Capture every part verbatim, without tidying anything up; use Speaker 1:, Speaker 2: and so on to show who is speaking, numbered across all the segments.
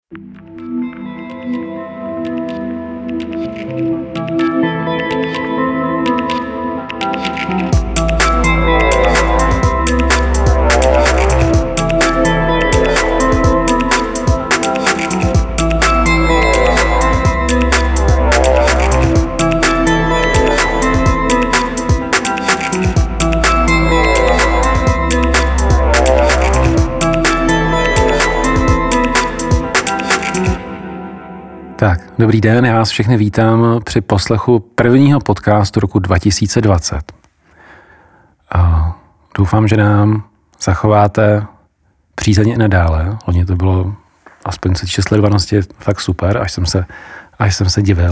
Speaker 1: Tak, dobrý den, já vás všechny vítám při poslechu prvního podcastu roku dva tisíce dvacet. A doufám, že nám zachováte přízeň i nadále. Loni to bylo aspoň co týče sledovanosti fakt super, až jsem se, až jsem se divil.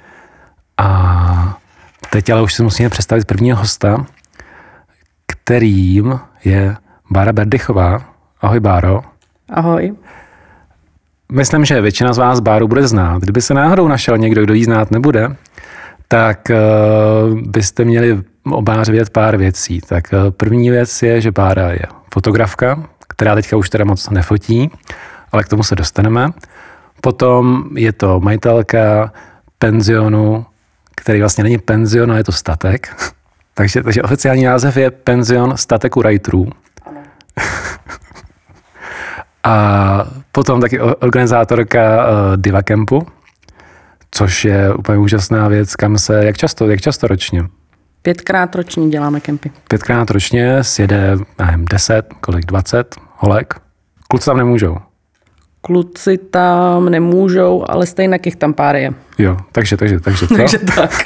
Speaker 1: A teď ale už si musíme představit prvního hosta, kterým je Bára Berdychová. Ahoj, Báro.
Speaker 2: Ahoj.
Speaker 1: Myslím, že většina z vás Báru bude znát. Kdyby se náhodou našel někdo, kdo jí znát nebude, tak uh, byste měli o Báře vědět pár věcí. Tak uh, první věc je, že Bára je fotografka, která teďka už teda moc nefotí, ale k tomu se dostaneme. Potom je to majitelka penzionu, který vlastně není penzion, ale je to statek. takže, takže oficiální název je penzion statek u Rajtrů. A potom taky organizátorka uh, Diva Campu, což je úplně úžasná věc, kam se, jak často, jak často ročně?
Speaker 2: Pětkrát ročně děláme kempy.
Speaker 1: Pětkrát ročně sjede, nevím, deset, kolik, dvacet holek. Kluci tam nemůžou.
Speaker 2: Kluci tam nemůžou, ale stejně jich tam pár je.
Speaker 1: Jo, takže, takže, takže to.
Speaker 2: takže tak.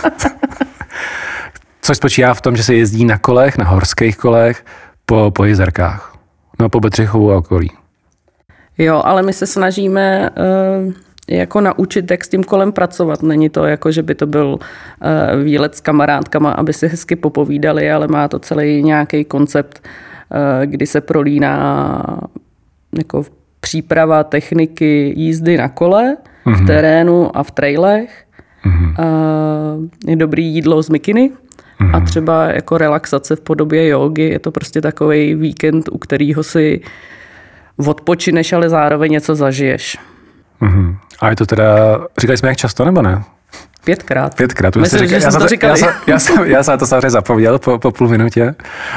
Speaker 1: Což spočívá v tom, že se jezdí na kolech, na horských kolech, po, po jezerkách. No, po Bedřichovu a okolí.
Speaker 2: Jo, ale my se snažíme uh, jako naučit, jak s tím kolem pracovat. Není to jako, že by to byl uh, výlet s kamarádkama, aby si hezky popovídali, ale má to celý nějaký koncept, uh, kdy se prolíná jako příprava techniky jízdy na kole, mm-hmm. v terénu a v trailech. Mm-hmm. Uh, je dobrý jídlo z mikiny. Mm-hmm. A třeba jako relaxace v podobě jógy, je to prostě takový víkend, u kterého si odpočineš, ale zároveň něco zažiješ.
Speaker 1: Mm-hmm. A je to teda, říkali jsme jak často, nebo ne?
Speaker 2: Pětkrát.
Speaker 1: Pětkrát.
Speaker 2: Myslím,
Speaker 1: říkali,
Speaker 2: že
Speaker 1: já,
Speaker 2: jsem to říkali.
Speaker 1: Já, já, já, jsem, já jsem to samozřejmě zapomněl po, po půl minutě.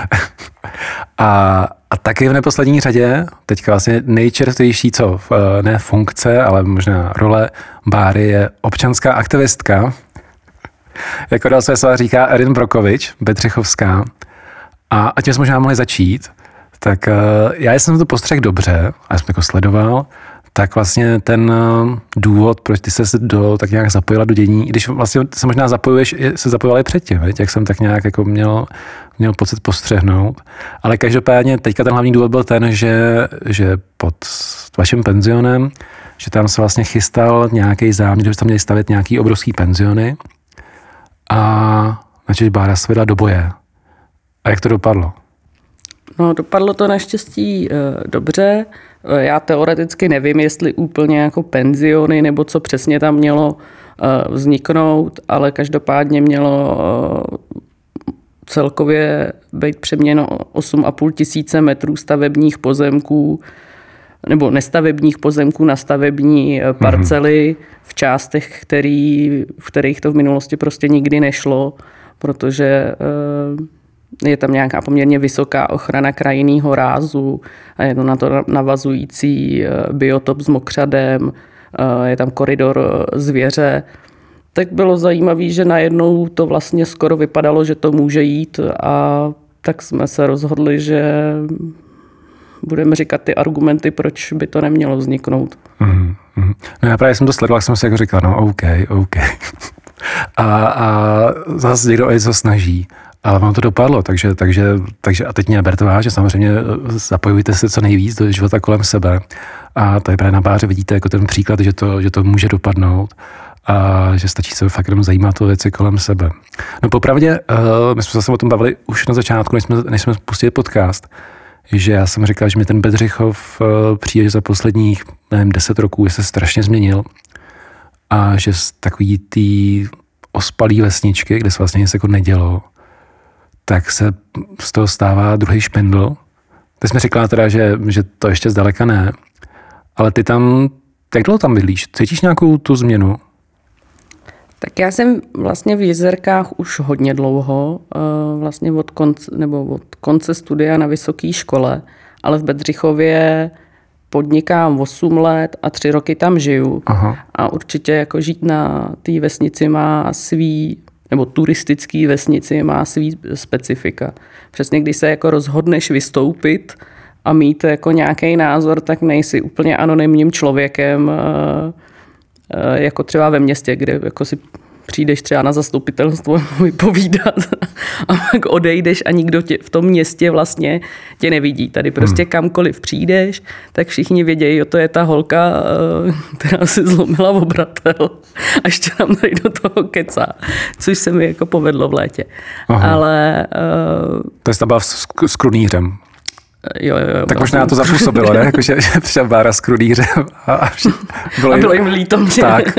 Speaker 1: a, a taky v neposlední řadě, teďka vlastně nejčerstvější, co, ne funkce, ale možná role Báry je občanská aktivistka. Jako dal své slova říká Erin Brokovič, Bedřichovská. A, a tím jsme možná mohli začít. Tak uh, já jsem to postřeh dobře, a jsem to jako sledoval, tak vlastně ten uh, důvod, proč ty se do, tak nějak zapojila do dění, když vlastně se možná zapojuješ, se zapojovala i předtím, veď? Jak jsem tak nějak jako měl, měl pocit postřehnout. Ale každopádně teďka ten hlavní důvod byl ten, že, že pod vaším penzionem, že tam se vlastně chystal nějaký záměr, že tam měli stavět nějaký obrovský penziony. A načež Bára se vydala do boje. A jak to dopadlo?
Speaker 2: No, dopadlo to naštěstí e, dobře. E, já teoreticky nevím, jestli úplně jako penziony, nebo co přesně tam mělo e, vzniknout, ale každopádně mělo e, celkově být přeměněno osm a půl tisíce metrů stavebních pozemků, nebo nestavebních pozemků na stavební parcely mm-hmm. v částech, který, v kterých to v minulosti prostě nikdy nešlo, protože je tam nějaká poměrně vysoká ochrana krajinného rázu a je to na to navazující biotop s mokřadem, je tam koridor zvěře. Tak bylo zajímavé, že najednou to vlastně skoro vypadalo, že to může jít, a tak jsme se rozhodli, že budeme říkat ty argumenty, proč by to nemělo vzniknout.
Speaker 1: Mm, mm. No já právě jsem to sledoval, jsem si jako říkal, no OK, OK. a, a zase někdo o něco snaží. Ale vám to dopadlo, takže, takže, takže a teď mě berte vážně, samozřejmě zapojujte se co nejvíc do života kolem sebe. A tady právě na Báře vidíte jako ten příklad, že to, že to může dopadnout a že stačí se fakt jenom zajímat o věci kolem sebe. No popravdě, uh, my jsme se zase o tom bavili už na začátku, než jsme, než jsme pustili podcast, že já jsem říkal, že mi ten Bedřichov uh, přijde, že za posledních, nevím, deset roků se strašně změnil a že z takový tý ospalý vesničky, kde se vlastně nic jako nedělo, tak se z toho stává druhý špindl. Ty jsi mi říkala teda, že, že to ještě zdaleka ne, ale ty tam Jak dlouho tam bydlíš? Cítíš nějakou tu změnu?
Speaker 2: Tak já jsem vlastně v Jizerkách už hodně dlouho, vlastně od konce, nebo od konce studia na vysoké škole, ale v Bedřichově podnikám osm let a tři roky tam žiju. Aha. A určitě jako žít na té vesnici má svý, nebo turistický vesnici má svý specifika. Přesně když se jako rozhodneš vystoupit a mít jako nějaký názor, tak nejsi úplně anonymním člověkem, jako třeba ve městě, kde jako si přijdeš třeba na zastupitelstvo vypovídat a pak odejdeš a nikdo tě v tom městě vlastně tě nevidí. Tady prostě hmm. kamkoliv přijdeš, tak všichni vědějí, jo, to je ta holka, která si zlomila obratel a ještě nám tady do toho kecá, což se mi jako povedlo v létě. Aha. Ale... Uh,
Speaker 1: to jsi tam byla s, s krunýřem.
Speaker 2: Jo, jo, jo,
Speaker 1: tak možná jsem... to zapůsobilo, ne? Jako, že, že přišel Bára s krunýřem a, a,
Speaker 2: bylo, a bylo jim líto mě. Tak.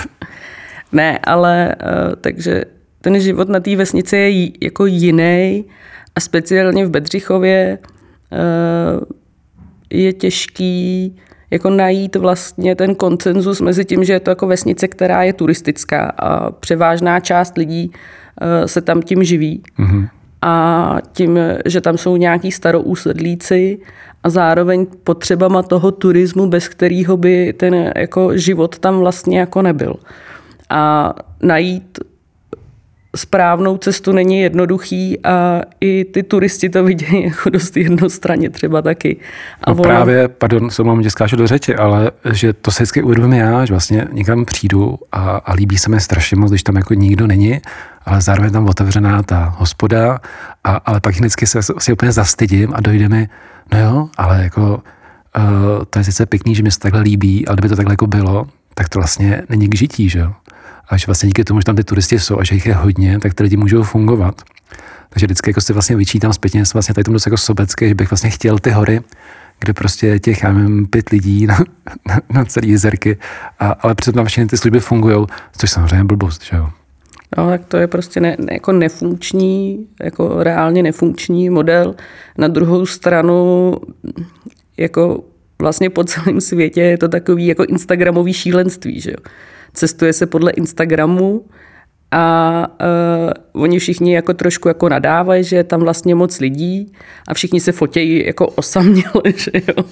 Speaker 2: Ne, ale uh, takže ten život na té vesnici je j, jako jiný a speciálně v Bedřichově uh, je těžký jako najít vlastně ten konsenzus mezi tím, že je to jako vesnice, která je turistická a převážná část lidí uh, se tam tím živí. Mm-hmm. A tím, že tam jsou nějaký staroúsedlíci a zároveň potřebama toho turismu, bez kterého by ten jako život tam vlastně jako nebyl. A najít správnou cestu není jednoduchý a i ty turisti to vidějí jako dost jednostranně třeba taky. A
Speaker 1: no
Speaker 2: ono...
Speaker 1: právě, pardon, se mám tě skáču do řeči, ale že to se vždycky uvědomím já, že vlastně někam přijdu a, a líbí se mi strašně moc, když tam jako nikdo není, ale zároveň tam otevřená ta hospoda, a, ale pak vždycky se si úplně zastydím a dojde mi, no jo, ale jako uh, to je sice pěkný, že mi se takhle líbí, ale kdyby to takhle jako bylo, tak to vlastně není k žití, že jo. A že vlastně díky tomu, že tam ty turisti jsou a že jich je hodně, tak ty lidi můžou fungovat. Takže vždycky jako si vlastně vyčítám zpětně, jsem vlastně tady tomu dost jako sobecký, že bych vlastně chtěl ty hory, kde prostě těch, já nevím, pět lidí na, na, na celý Jizerky, a, ale přitom tam všechny ty služby fungujou, což samozřejmě blbost, že jo.
Speaker 2: No, tak to je prostě ne, jako nefunkční, jako reálně nefunkční model. Na druhou stranu, jako vlastně po celém světě je to takový jako instagramový šílenství, že jo. Cestuje se podle Instagramu a uh, oni všichni jako trošku jako nadávají, že je tam vlastně moc lidí a všichni se fotějí jako osaměle, že jo.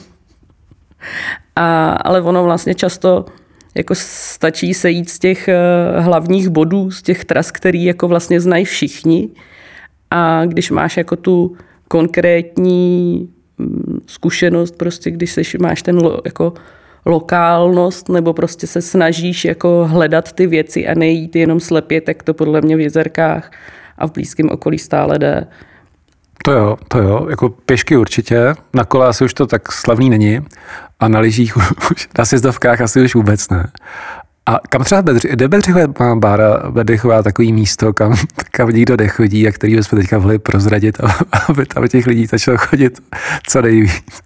Speaker 2: A, ale ono vlastně často jako stačí sejít z těch uh, hlavních bodů, z těch tras, který jako vlastně znají všichni, a když máš jako tu konkrétní um, zkušenost, prostě když seš, máš ten lo, jako lokálnost, nebo prostě se snažíš jako hledat ty věci a nejít jenom slepě, tak to podle mě v Jizerkách a v blízkém okolí stále jde.
Speaker 1: To jo, to jo, jako pěšky určitě, na kole asi už to tak slavný není a na lyžích už, na sjezdovkách asi už vůbec ne. A kam třeba Bedřich, kde Bedřichově má Bára Bedřichová takový místo, kam, kam nikdo nechodí a který bychom teďka mohli prozradit, aby tam těch lidí začalo chodit co nejvíc?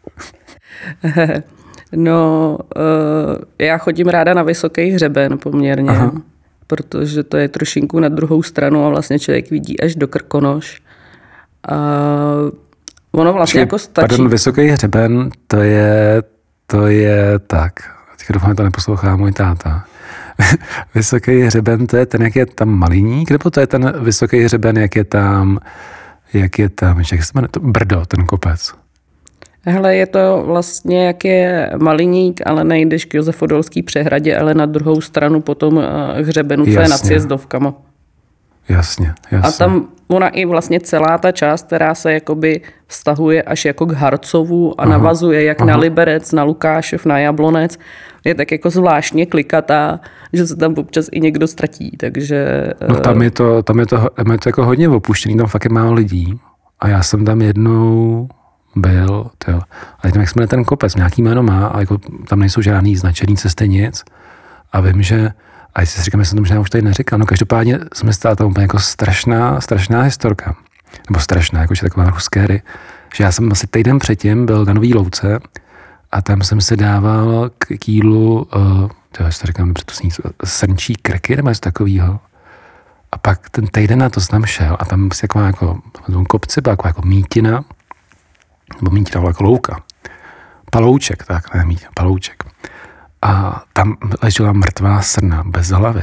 Speaker 2: No, já chodím ráda na Vysoký hřeben poměrně, aha, protože to je trošinku na druhou stranu a vlastně člověk vidí až do Krkonoš. A ono vlastně Počkej, jako stačí.
Speaker 1: Pardon, Vysoký hřeben, to je, to je tak, teď doufám, to neposlouchá můj táta. Vysoký hřeben, to je ten, jak je tam Maliník, nebo to je ten Vysoký hřeben, jak je tam, jak je tam, jak se jmenuje, Brdo, ten kopec?
Speaker 2: Hele, je to vlastně, jak je Maliník, ale nejdeš k Josefodolský přehradě, ale na druhou stranu potom hřebenu, co je nad sjezdovkama.
Speaker 1: Jasně, jasně.
Speaker 2: A tam ona i vlastně celá ta část, která se jakoby vztahuje až jako k Harcovu a aha, navazuje jak aha, na Liberec, na Lukášov, na Jablonec, je tak jako zvláštně klikatá, že se tam občas i někdo ztratí, takže...
Speaker 1: No tam je to, tam je to, tam je to jako hodně opuštěný, tam fakt je málo lidí a já jsem tam jednou byl, tyjo. A teď jak jsme ten kopec, nějaký jméno má, ale jako tam nejsou žádný značený cesty, nic. A vím, že, a jestli si říkám, že jsem to možná už tady neříkal, no každopádně jsme stále tam úplně jako strašná, strašná historka. Nebo strašná, jakože taková trochu scary, že já jsem asi týden předtím byl na Nový Louce a tam jsem se dával k jídlu, uh, tyjo, jestli to říkám, dobře, to sní, srnčí krky nebo něco takovýho. A pak ten týden na to jsem tam šel a tam si jako, jako v tom kopci byla jako, jako mítina, nebo mítina, jako louka. Palouček, tak, ne mítina, palouček. a tam ležela mrtvá srna bez hlavy.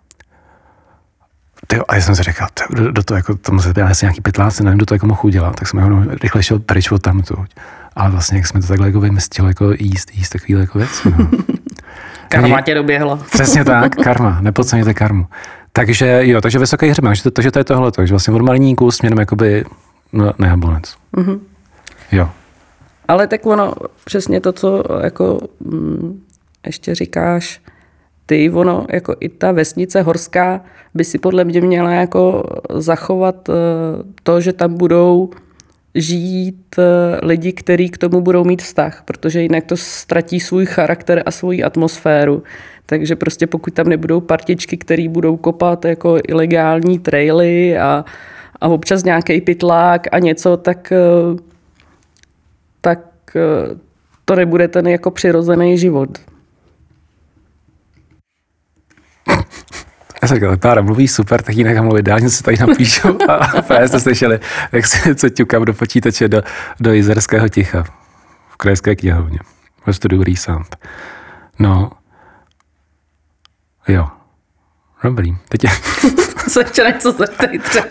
Speaker 1: Tyjo, a já jsem si říkal, do, do toho, jako, to musí být asi nějaký pytláci, nevím, kdo to jako mohl udělat, tak jsem jako rychle šel pryč od tamtuť. Ale vlastně, jak jsme to takhle jako vymysleli, jako jíst, jíst takovýhle jako věci. No.
Speaker 2: Karma tě doběhla.
Speaker 1: Přesně tak, karma, nepodceňujte karmu. Takže jo, takže vysoký hřeben, takže to, takže to je tohle, takže vlastně od malíníku směrem jakoby no, na Jablonec. Mm-hmm. Jo.
Speaker 2: Ale tak ono, přesně to, co jako mm, ještě říkáš, ty, ono, jako i ta vesnice horská by si podle mě měla jako zachovat uh, to, že tam budou žít uh, lidi, kteří k tomu budou mít vztah, protože jinak to ztratí svůj charakter a svoji atmosféru. Takže prostě pokud tam nebudou partičky, který budou kopat jako ilegální traily a, a občas nějaký pytlák a něco, tak, uh, tak uh, to nebude ten jako přirozený život.
Speaker 1: Já jsem říkal, Pára mluví super, tak jinak mluví dál, něco se tady napíšu a právě jste slyšeli, jak si co ťukám do počítače do, do Jizerského ticha v Krajské knihovně ve studiu Rýsant. No, jo, dobrý. Teď je...
Speaker 2: Co ještě něco zeptej třeba.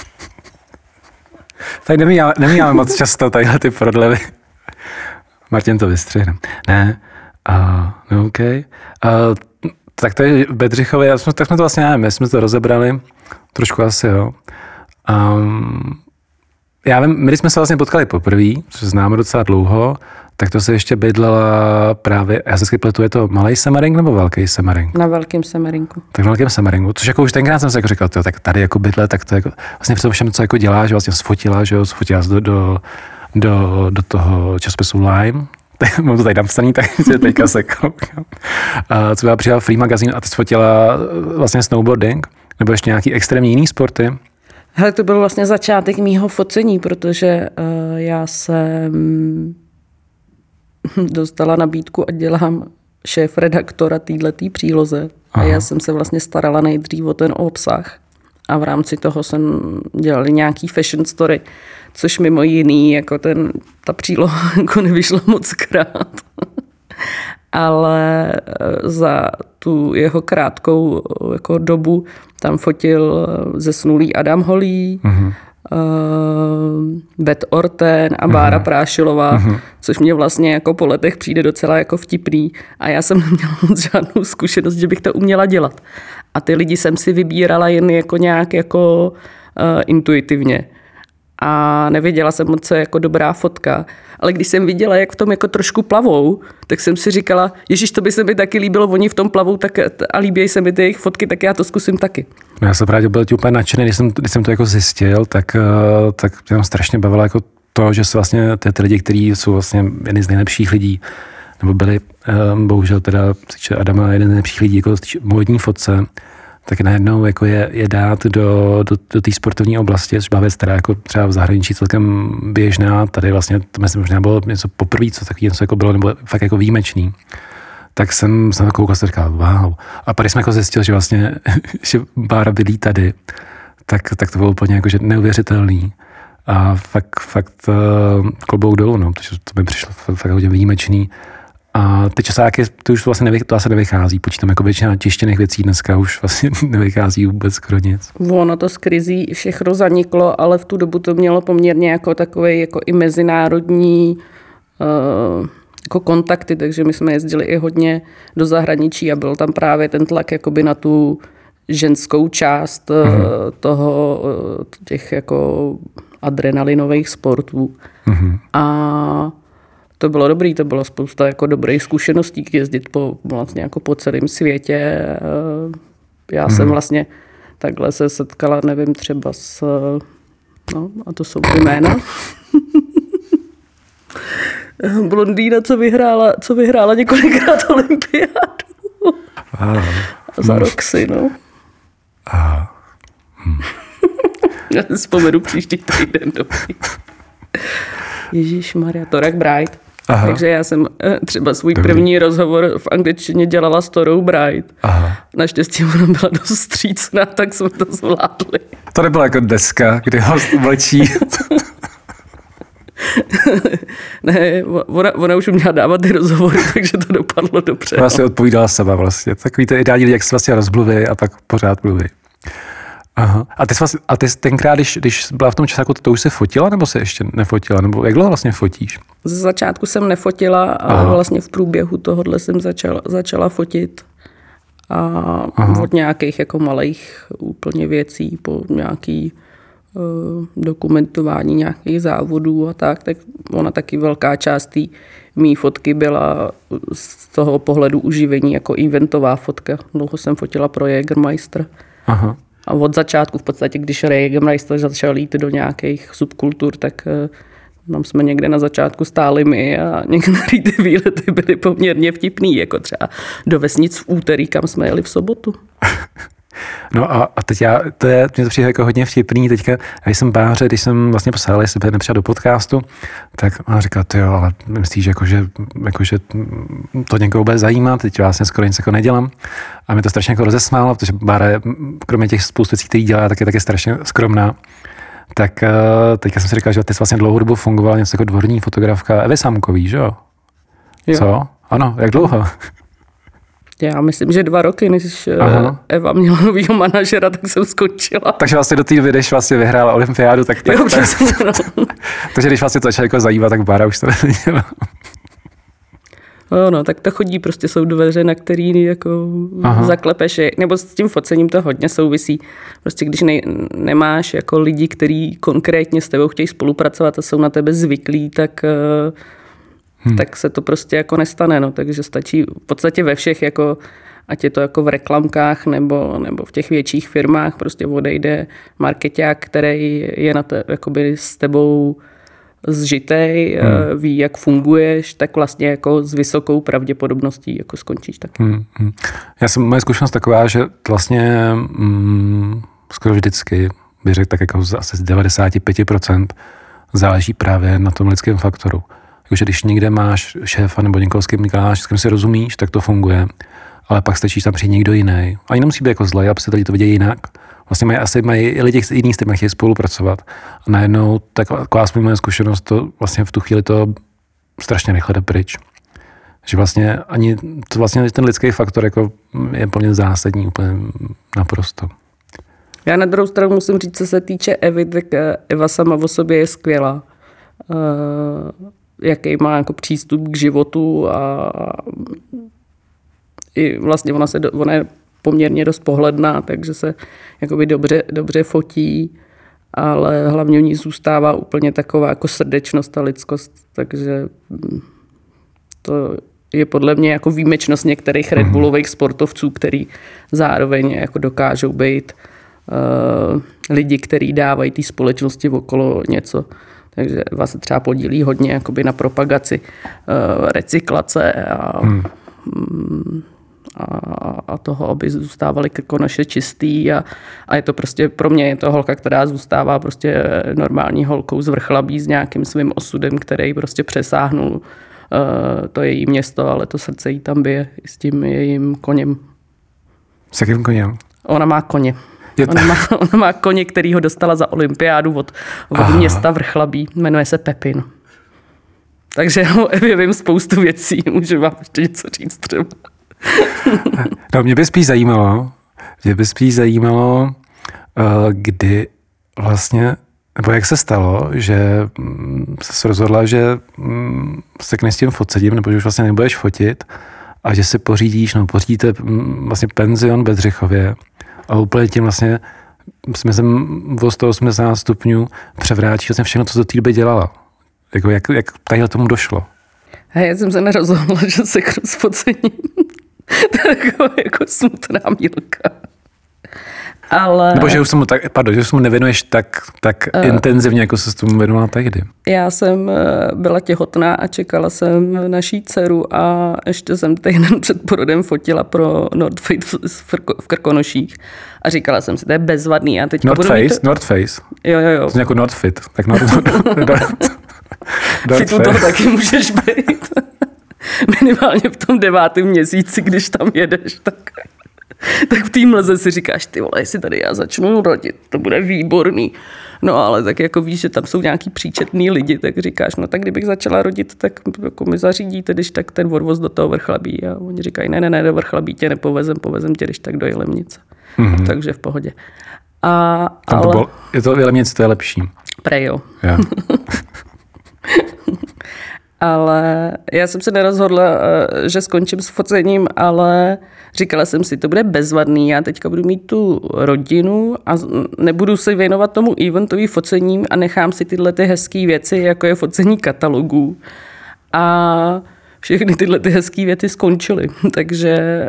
Speaker 1: Tady nemíjáme, nemíjáme moc často tadyhle ty prodlevy. Martin to vystřihne. Ne, uh, no OK. Uh, Tak to je v Bedřichově, tak jsme to vlastně, nevím, jsme to rozebrali, trošku asi, jo. Um, já vím, my když jsme se vlastně potkali poprvé, což známe docela dlouho, tak to se ještě bydlela právě, já se skrypletu, je to malej Semaring nebo velký Semaring?
Speaker 2: Na velkém Semarinku.
Speaker 1: Tak na velkém Semaringu, což jako už tenkrát jsem se jako říkal, tyjo, tak tady jako bydle, tak to jako, vlastně při tom všem, co jako dělá, že vlastně sfotila, že jo, sfotila do, do, do, do toho časopisu Lime, mám to tady napsaný, tak si teďka se koukám. A co byla přijela Free magazín a ty sfotila vlastně snowboarding, nebo ještě nějaký extrémní jiný sporty?
Speaker 2: Hele, to byl vlastně začátek mýho focení, protože uh, já jsem dostala nabídku a dělám šéf-redaktora téhletý příloze. Aha. A já jsem se vlastně starala nejdřív o ten obsah. A v rámci toho jsem dělala nějaký fashion story, což mimo jiný, jako ten, ta příloha jako nevyšla moc krát. Ale za tu jeho krátkou jako dobu tam fotil zesnulý Adam Holý, uh-huh. uh, Bet Orten a Bára uh-huh. Prášilová, uh-huh. což mě vlastně jako po letech přijde docela jako vtipný. A já jsem neměla moc žádnou zkušenost, že bych to uměla dělat. A ty lidi jsem si vybírala jen jako nějak jako uh, intuitivně. A nevěděla jsem moc, co je jako dobrá fotka. Ale když jsem viděla, jak v tom jako trošku plavou, tak jsem si říkala, ježiš, to by se mi taky líbilo, oni v tom plavou tak, a líbí se mi ty jejich fotky, tak já to zkusím taky.
Speaker 1: No já jsem právě byl úplně nadšený, když jsem, když jsem to jako zjistil, tak, tak mě tam strašně bavilo jako to, že se vlastně ty, ty lidi, kteří jsou vlastně jedni z nejlepších lidí, nebo byli, bohužel teda Adama jeden z nejlepších lidí jako módní fotce, tak najednou jako je, je dát do, do, do té sportovní oblasti, což byla věc, která jako třeba v zahraničí celkem běžná, tady vlastně to myslím, možná bylo něco poprvé, co taky něco jako bylo, nebo fakt jako výjimečný. Tak jsem se na to koukal a říkal, wow. A pak jsme jako zjistil, že vlastně, že Bára bydlí tady, tak, tak to bylo úplně jako, že neuvěřitelný. A fakt, fakt uh, klobouk dolů, no, protože to mi přišlo fakt, fakt hodně výjimečný. A ty časáky, to už vlastně nevy, to asi nevychází. Počítám, jako většina tištěných věcí dneska už vlastně nevychází vůbec skoro nic.
Speaker 2: Ono to z krizí všechno zaniklo, ale v tu dobu to mělo poměrně jako takový jako i mezinárodní uh, jako kontakty, takže my jsme jezdili i hodně do zahraničí a byl tam právě ten tlak jakoby na tu ženskou část uh, mm. toho uh, těch jako adrenalinových sportů. Mm. A to bylo dobrý, to bylo spousta jako dobrých zkušeností jezdit po, vlastně jako po celém světě. Já hmm. jsem vlastně takhle se setkala, nevím, třeba s, no a to jsou jména. Blondýna, co vyhrála, co vyhrála několikrát olympiádu.
Speaker 1: Wow.
Speaker 2: Za Roxy, no.
Speaker 1: Aha. Hmm.
Speaker 2: Já si vzpomenu příští týden, dobrý. Ježíšmarja, Torek Bright. Aha. Takže já jsem třeba svůj Dobrý. první rozhovor v angličtině dělala s Torou Bright. Aha. Naštěstí ona byla dost vstřícná, tak jsme to zvládli.
Speaker 1: To nebyla jako deska, kdy host mlčí.
Speaker 2: Ne, ona, ona už uměla dávat ty rozhovory, takže to dopadlo dobře.
Speaker 1: Ona si odpovídala sama vlastně. Takový to ideální lidi, jak se vlastně rozmluví a pak pořád mluví. Aha. A ty, jsi vlastně, a ty jsi tenkrát, když, když byla v tom časáku, to už se fotila, nebo se ještě nefotila? Nebo jak dlouho vlastně fotíš?
Speaker 2: Z začátku jsem nefotila, ale vlastně v průběhu tohohle jsem začala, začala fotit. A Aha. od nějakých jako malých úplně věcí po nějaký uh, dokumentování nějakých závodů a tak, tak ona taky velká část té mý fotky byla z toho pohledu uživení jako eventová fotka. Dlouho jsem fotila pro Jägermeister. Aha. A od začátku v podstatě, když Jägermeister začal jít do nějakých subkultur, tak tam jsme někde na začátku stáli my a některé ty výlety byly poměrně vtipný, jako třeba do vesnic v úterý, kam jsme jeli v sobotu.
Speaker 1: No a, a teď já, to je, mě to přijde jako hodně vtipný teďka, když jsem Báře, když jsem vlastně poslal, jestli by nepřijel do podcastu, tak ona říkala, ty jo, ale myslíš, jako, že, jako, že to někoho bude zajímat, teď vlastně skoro nic jako nedělám. A mě to strašně jako rozesmálo, protože Bára, kromě těch spoustu věcí, který dělá, tak je taky strašně skromná. Tak teďka jsem si říkal, že ty jsi vlastně dlouhou dobu fungovala něco jako dvorní fotografka Evy Samkový, že jo?
Speaker 2: jo?
Speaker 1: Co? Ano, jak dlouho?
Speaker 2: Já myslím, že dva roky, než Aha. Eva měla novýho manažera, tak jsem skončila.
Speaker 1: Takže vlastně do té doby, když vlastně vyhrála olympiádu, tak... tak,
Speaker 2: jo,
Speaker 1: tak no. Takže když vlastně to začalo jako zajímat, tak Bára už to nevěděla.
Speaker 2: No, no, tak to chodí, prostě jsou dveře, na který jako Aha. zaklepeš, nebo s tím focením to hodně souvisí. Prostě když ne, nemáš jako lidi, kteří konkrétně s tebou chtějí spolupracovat a jsou na tebe zvyklí, tak... Hmm. tak se to prostě jako nestane, no, takže stačí v podstatě ve všech, jako, ať je to jako v reklamkách nebo, nebo v těch větších firmách, prostě odejde markeťák, který je na te, jakoby s tebou zžitej, hmm. ví, jak funguješ, tak vlastně jako s vysokou pravděpodobností jako skončíš taky. Hmm. Hmm.
Speaker 1: Já jsem, moje zkušenost taková, že vlastně mm, skoro vždycky, bych řekl tak jako asi z devadesát pět procent záleží právě na tom lidském faktoru. Jakože když někde máš šéfa nebo někoho, s kým děláš, s kým si rozumíš, tak to funguje. Ale pak stačí tam přijít někdo jiný. Ani nemusí být jako zlej, aby se lidi to viděli jinak. Vlastně mají asi mají i lidi jiných, s kterými chtějí spolupracovat. A najednou taková moje zkušenost, to vlastně v tu chvíli to strašně rychle jde pryč. Že vlastně ani to vlastně ten lidský faktor jako je plně zásadní, úplně naprosto.
Speaker 2: Já na druhou stranu musím říct, co se týče Evy, tak Eva sama o sobě je skvělá. Uh... jaký má jako přístup k životu a i vlastně ona, se, ona je poměrně dost pohledná, takže se jakoby dobře, dobře fotí, ale hlavně u ní zůstává úplně taková jako srdečnost a lidskost, takže to je podle mě jako výjimečnost některých Red Bullových sportovců, který zároveň jako dokážou být uh, lidi, kteří dávají té společnosti okolo něco. Takže vás se třeba podílí hodně jakoby na propagaci uh, recyklace a, hmm. a, a toho, aby zůstávaly Krkonoše čistý a, a je to prostě pro mě je to holka, která zůstává prostě normální holkou z Vrchlabí s nějakým svým osudem, který prostě přesáhnul uh, to její město, ale to srdce jí tam bije i s tím jejím koněm.
Speaker 1: S jakým koněm?
Speaker 2: Ona má koně. Ona má, ona má koně, který ho dostala za olympiádu od, od města Vrchlabí. Jmenuje se Pepin. Takže já o Evě vím spoustu věcí. Můžu vám ještě něco říct třeba.
Speaker 1: No, mě by spíš zajímalo, mě by spíš zajímalo, kdy vlastně, nebo jak se stalo, že se rozhodla, že se k s tím focením, nebo že už vlastně nebudeš fotit a že si pořídíš, no pořídíte vlastně penzion v Bedřichově. A úplně tím vlastně jsme sem o sto osmdesát stupňů převrátíš vlastně všechno, co do té doby dělala. Jako jak, jak tadyhle tomu došlo?
Speaker 2: Hej, já jsem se nerozhodla, že se s focením. To je jako, jako smutná mílka. Ale...
Speaker 1: Nebo že už jsem mu, tak, pardon, že už mu nevěnuješ tak, tak uh, intenzivně, jako se s tomu věnovala tehdy.
Speaker 2: Já jsem byla těhotná a čekala jsem naší dceru a ještě jsem týden před porodem fotila pro North Face v Krkonoších a říkala jsem si, to je bezvadný. A teďka
Speaker 1: North Face?
Speaker 2: to...
Speaker 1: North Face?
Speaker 2: Jo, jo, jo.
Speaker 1: To je jako North Fit. Tak North, North,
Speaker 2: Fitu toho taky můžeš být. Minimálně v tom devátém měsíci, když tam jedeš, tak... Tak v té mlze si říkáš, ty vole, jestli tady já začnu rodit, to bude výborný. No ale tak jako víš, že tam jsou nějaký příčetný lidi, tak říkáš, no tak kdybych začala rodit, tak jako mi zařídíte, když tak ten odvoz do toho Vrchlabí. A oni říkají, ne, ne, ne, do Vrchlabí tě nepovezem, povezem tě, když tak do Jilemnice. Mm-hmm. Takže v pohodě. A,
Speaker 1: tam ale... Bol, je to v Jilemnici, to je lepší.
Speaker 2: Prej jo.
Speaker 1: Yeah.
Speaker 2: Ale já jsem se nerozhodla, že skončím s focením, ale říkala jsem si, to bude bezvadný, já teďka budu mít tu rodinu a nebudu se věnovat tomu eventový focením a nechám si tyhle ty hezké věci, jako je focení katalogů. A všechny tyhle ty hezké věci skončily. takže,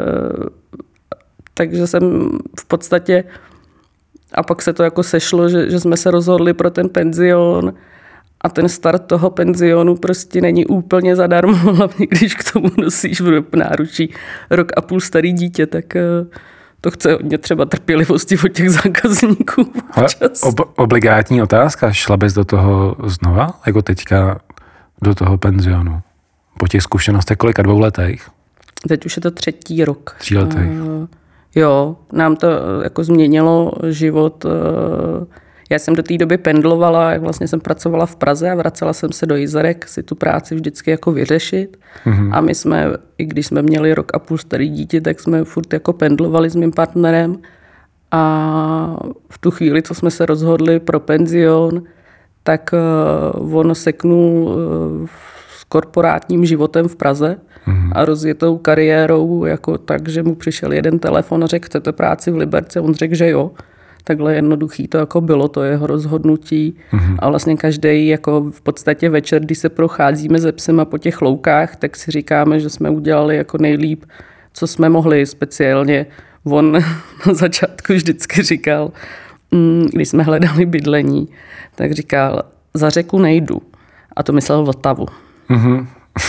Speaker 2: takže jsem v podstatě, a pak se to jako sešlo, že, že jsme se rozhodli pro ten penzion. A ten start toho penzionu prostě není úplně zadarmo, hlavně když k tomu nosíš v náručí rok a půl starý dítě, tak to chce hodně třeba trpělivosti od těch zákazníků.
Speaker 1: Ob- obligátní otázka, šla bys do toho znova, jako teďka do toho penzionu? Po těch zkušenostech kolika, dvou letech?
Speaker 2: Teď už je to třetí rok.
Speaker 1: Tří letech.
Speaker 2: Uh, jo, nám to jako změnilo život. Uh, Já jsem do té doby pendlovala, jak vlastně jsem pracovala v Praze a vracela jsem se do Jizerek si tu práci vždycky jako vyřešit. Mm-hmm. A my jsme, i když jsme měli rok a půl starý dítě, tak jsme furt jako pendlovali s mým partnerem. A v tu chvíli, co jsme se rozhodli pro penzion, tak uh, on seknul uh, s korporátním životem v Praze mm-hmm. a rozjetou kariérou jako tak, že mu přišel jeden telefon a řekl, chcete práci v Liberci? On řekl, že jo. Takhle jednoduchý to jako bylo, to jeho rozhodnutí. Mm-hmm. A vlastně každý jako v podstatě večer, když se procházíme se psema po těch loukách, tak si říkáme, že jsme udělali jako nejlíp, co jsme mohli. Speciálně on na začátku vždycky říkal, když jsme hledali bydlení, tak říkal, za řeku nejdu. A to myslel Vltavu. Mm-hmm.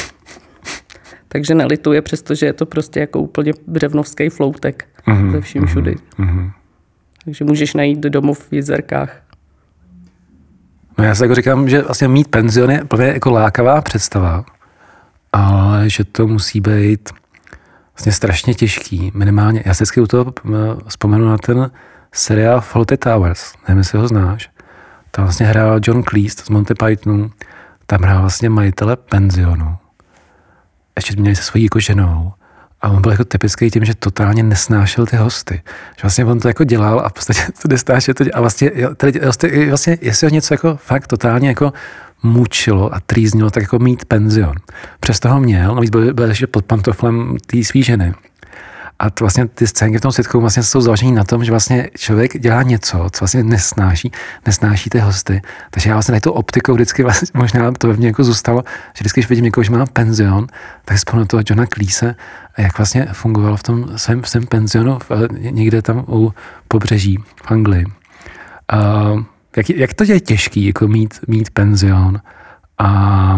Speaker 2: Takže nelituje, přestože je to prostě jako úplně břevnovský floutek mm-hmm. ze vším všudy. Mm-hmm. Takže můžeš najít domov v Jizerkách.
Speaker 1: No já si jako říkám, že vlastně mít penzion je plně jako lákavá představa, ale že to musí být vlastně strašně těžký. Minimálně, já si vždycky u toho vzpomenu na ten seriál Fawlty Towers, nevím, jestli ho znáš. Tam vlastně hrál John Cleese z Monty Pythonu, tam hrál vlastně majitele penzionu. Ještě měli se svojí jako ženou. A on byl jako typický tím, že totálně nesnášel ty hosty. Že vlastně on to jako dělal a v podstatě to nesnášel to dělal. A vlastně, tady, vlastně, vlastně jestli ho něco jako fakt totálně jako mučilo a trýznilo, tak jako mít penzion. Přesto ho měl, navíc byl, byl ještě pod pantoflem té svý ženy. A to vlastně ty scénky v tom sitcomu vlastně jsou založený na tom, že vlastně člověk dělá něco, co vlastně nesnáší, nesnáší ty hosty. Takže já vlastně na tu optikou vždycky vlastně, možná to ve mně jako zůstalo, že vždycky, když vidím někoho, že má penzion, tak spomenu toho Johna Cleese, jak vlastně fungoval v tom svém, svém penzionu někde tam u pobřeží v Anglii. Uh, jak, jak to je těžký jako mít, mít penzion a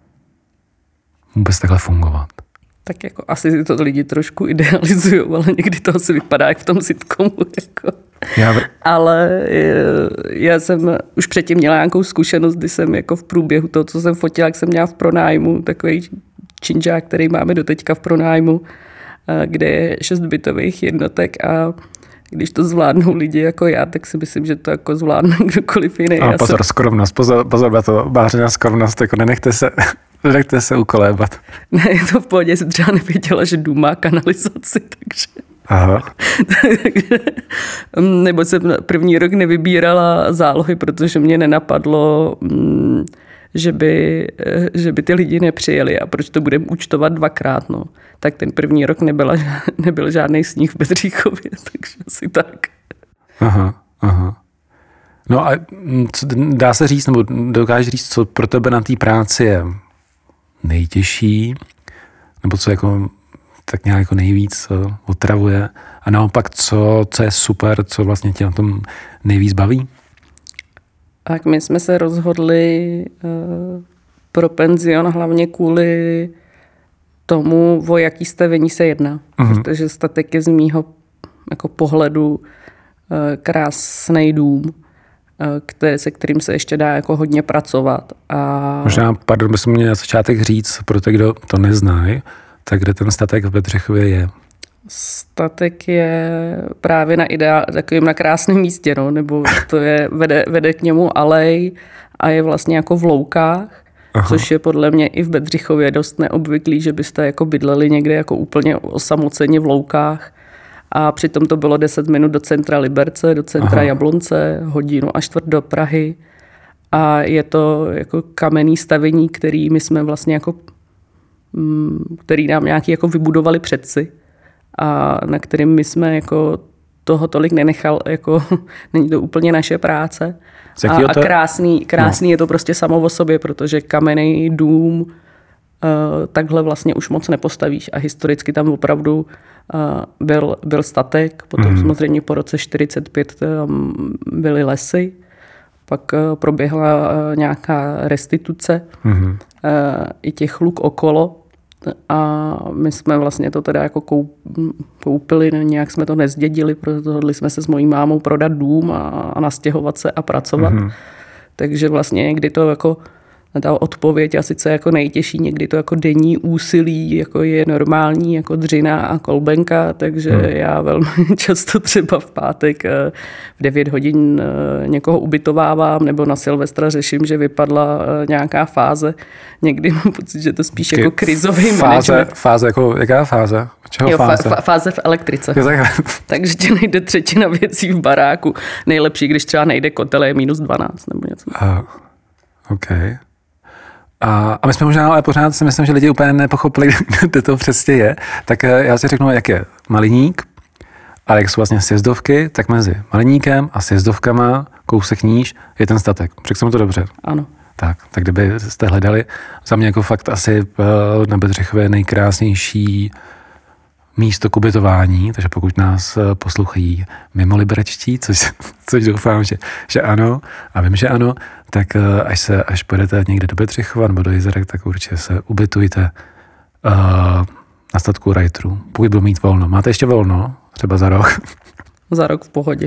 Speaker 1: vůbec takhle fungovat?
Speaker 2: Tak jako asi si to lidi trošku idealizují, ale někdy to asi vypadá jak v tom sitcomu. Jako. Já... Ale já jsem už předtím měla nějakou zkušenost, kdy jsem jako v průběhu toho, co jsem fotila, jak jsem měla v pronájmu, takový činžák, který máme doteďka v pronájmu, kde je šest bytových jednotek a když to zvládnou lidi jako já, tak si myslím, že to jako zvládne kdokoliv jiný.
Speaker 1: A pozor, jsem... skromnost, pozor, pozor na to, bářená skromnost, jako nenechte se... Nechte se ukolébat.
Speaker 2: Ne, je to v pohodě, jsem třeba nevěděla, že dům má kanalizaci, takže...
Speaker 1: Aha.
Speaker 2: takže, nebo jsem první rok nevybírala zálohy, protože mě nenapadlo, že by, že by ty lidi nepřijeli a proč to budeme účtovat dvakrát, no. Tak ten první rok nebyla, nebyl žádný sníh v Bedřichově, takže asi tak.
Speaker 1: Aha, aha. No a co, dá se říct, nebo dokážeš říct, co pro tebe na té práci je nejtěžší, nebo co jako tak nějak jako nejvíc otravuje a naopak, co, co je super, co vlastně tě na tom nejvíc baví?
Speaker 2: Tak my jsme se rozhodli uh, pro penzion hlavně kvůli tomu, o jaký stavení se jedná. Uh-huh. Protože statek je z mýho jako pohledu uh, krásnej dům, Které, se kterým se ještě dá jako hodně pracovat. A...
Speaker 1: Možná, pardon, bychom měli na začátek říct, pro ty, kdo to neznají, tak kde ten statek v Bedřichově je?
Speaker 2: Statek je právě na ideál, takovým na krásném místě, no, nebo to je, vede, vede k němu alej a je vlastně jako v loukách, aha, což je podle mě i v Bedřichově dost neobvyklý, že byste jako bydleli někde jako úplně osamoceně v loukách. A přitom to bylo deset minut do centra Liberce, do centra, aha, Jablonce, hodinu a čtvrt do Prahy. A je to jako kamenný stavení, který my jsme vlastně jako, který nám nějaký jako vybudovali předci a na kterým my jsme jako toho tolik nenechal, jako není to úplně naše práce. A, a krásný, krásný no. je to prostě samo o sobě, protože kamenný dům uh, takhle vlastně už moc nepostavíš a historicky tam opravdu uh, byl, byl statek, potom mm. samozřejmě po roce čtyřicet pět tam byly lesy, pak uh, proběhla uh, nějaká restituce mm. uh, i těch luk okolo a my jsme vlastně to teda jako koupili, nějak jsme to nezdědili, protože dohodli jsme se s mojí mámou prodat dům a, a nastěhovat se a pracovat. Mm. Takže vlastně někdy to jako ta odpověď a sice jako nejtěžší, někdy to jako denní úsilí, jako je normální jako dřina a kolbenka, takže hmm. já velmi často třeba v pátek v devět hodin někoho ubytovávám nebo na Silvestra řeším, že vypadla nějaká fáze. Někdy mám pocit, že to spíš K- jako krizový
Speaker 1: fáze,
Speaker 2: management.
Speaker 1: Fáze, jako jaká fáze? Čeho
Speaker 2: jo,
Speaker 1: fáze?
Speaker 2: Fa- fáze v elektrice. Takže tě nejde třetina věcí v baráku. Nejlepší, když třeba nejde kotel, je minus dvanáct nebo něco.
Speaker 1: Uh, OK. A, a my jsme možná, ale pořád si myslím, že lidi úplně nepochopili, kde to přesně je. Tak já si řeknu, jak je Maliník a jak jsou vlastně sjezdovky, tak mezi Maliníkem a sjezdovkama kousek níž je ten statek. Řekl jsem to dobře?
Speaker 2: Ano.
Speaker 1: Tak, tak kdyby jste hledali, za mě jako fakt asi na Bedřichově nejkrásnější místo k ubytování, takže pokud nás poslouchají mimo liberečtí, což, což doufám, že, že ano, a vím, že ano, tak až se, až pojedete někde do Bedřichova nebo do Jizerek, tak určitě se ubytujte uh, na statku Reiterů, pokud budou mít volno. Máte ještě volno? Třeba za rok?
Speaker 2: Za rok v pohodě.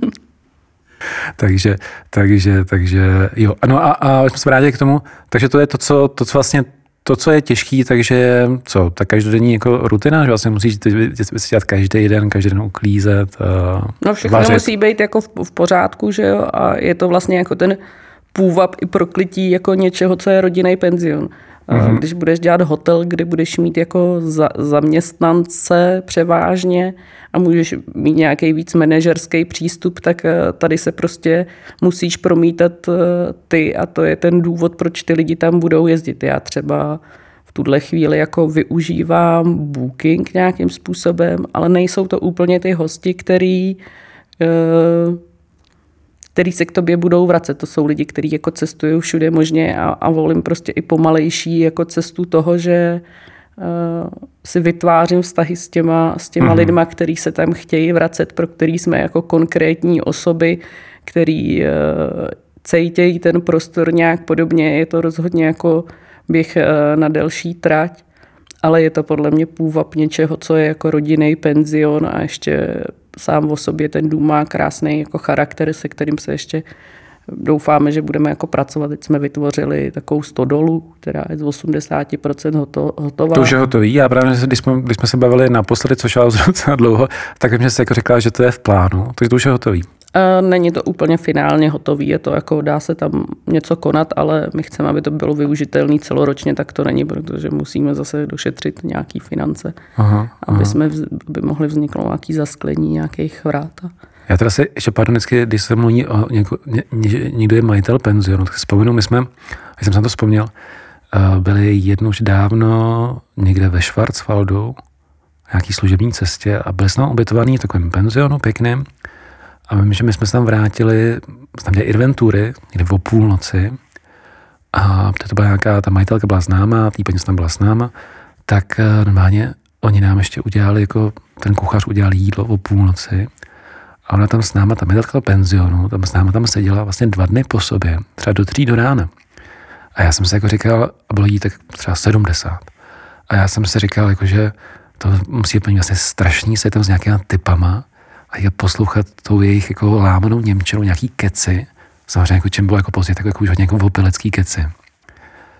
Speaker 1: takže, takže, takže, jo. No a, a jsme se vrátili k tomu, takže to je to, co, to, co vlastně To, co je těžký, takže co, tak každodenní jako rutina, že vlastně musíš si dělat každý den, každý den uklízet,
Speaker 2: no všechno vařit. Musí být jako v, v pořádku, že jo, a je to vlastně jako ten půvab i proklití jako něčeho, co je rodinný penzion. Mm-hmm. Když budeš dělat hotel, kde budeš mít jako za, zaměstnance převážně a můžeš mít nějaký víc manažerský přístup, tak tady se prostě musíš promítat ty a to je ten důvod, proč ty lidi tam budou jezdit. Já třeba v tuhle chvíli jako využívám booking nějakým způsobem, ale nejsou to úplně ty hosti, který který se k tobě budou vracet. To jsou lidi, kteří jako cestují všude možně a, a volím prostě i pomalejší jako cestu toho, že uh, si vytvářím vztahy s těma, s těma mm. lidma, kteří se tam chtějí vracet, pro který jsme jako konkrétní osoby, který uh, cejtějí ten prostor nějak podobně. Je to rozhodně jako běh uh, na delší trať, ale je to podle mě půvab něčeho, co je jako rodinný penzion a ještě sám o sobě ten dům má krásný jako charakter, se kterým se ještě doufáme, že budeme jako pracovat. Teď jsme vytvořili takovou stodolu, která je z osmdesát procent hoto, hotová.
Speaker 1: To už je hotový. Já právě, když jsme, když jsme se bavili naposledy, což je docela dlouho, tak jsem si jako řekla, že to je v plánu, takže to už je hotový.
Speaker 2: Není to úplně finálně hotový, je to jako dá se tam něco konat, ale my chceme, aby to bylo využitelné celoročně, tak to není, protože musíme zase došetřit nějaký finance, aha, aby, aha. Jsme, aby mohli vzniknout nějaký zasklení, nějakých vrát.
Speaker 1: Já teda si ještě pardon, vždycky, když se mluví o něko, ně, někdo je majitel penzionu, tak si vzpomenu, my jsme, když jsem se na to vzpomněl, byli jednou už dávno někde ve Schwarzwaldu, nějaký služební cestě a byli jsme ubytovaní v takovém penzionu pěkném. A vím, že my jsme se tam vrátili, tam dělali inventury, někde o půlnoci a to byla nějaká, ta majitelka byla známá, týpaně tam byla s náma, tak normálně oni nám ještě udělali, jako ten kuchař udělal jídlo o půlnoci a ona tam s náma, ta majitelka toho penzionu, tam s náma tam seděla vlastně dva dny po sobě, třeba do tří do rána. A já jsem si jako říkal, a bylo jí tak třeba sedmdesát. A já jsem si říkal, jako, že to musí být vlastně strašný se tam s nějakýma typama, a je poslouchat tou jejich jako lámanou němčinou, nějaký keci, samozřejmě jako čem bylo jako později, tak jako už hodně jako opilecký keci.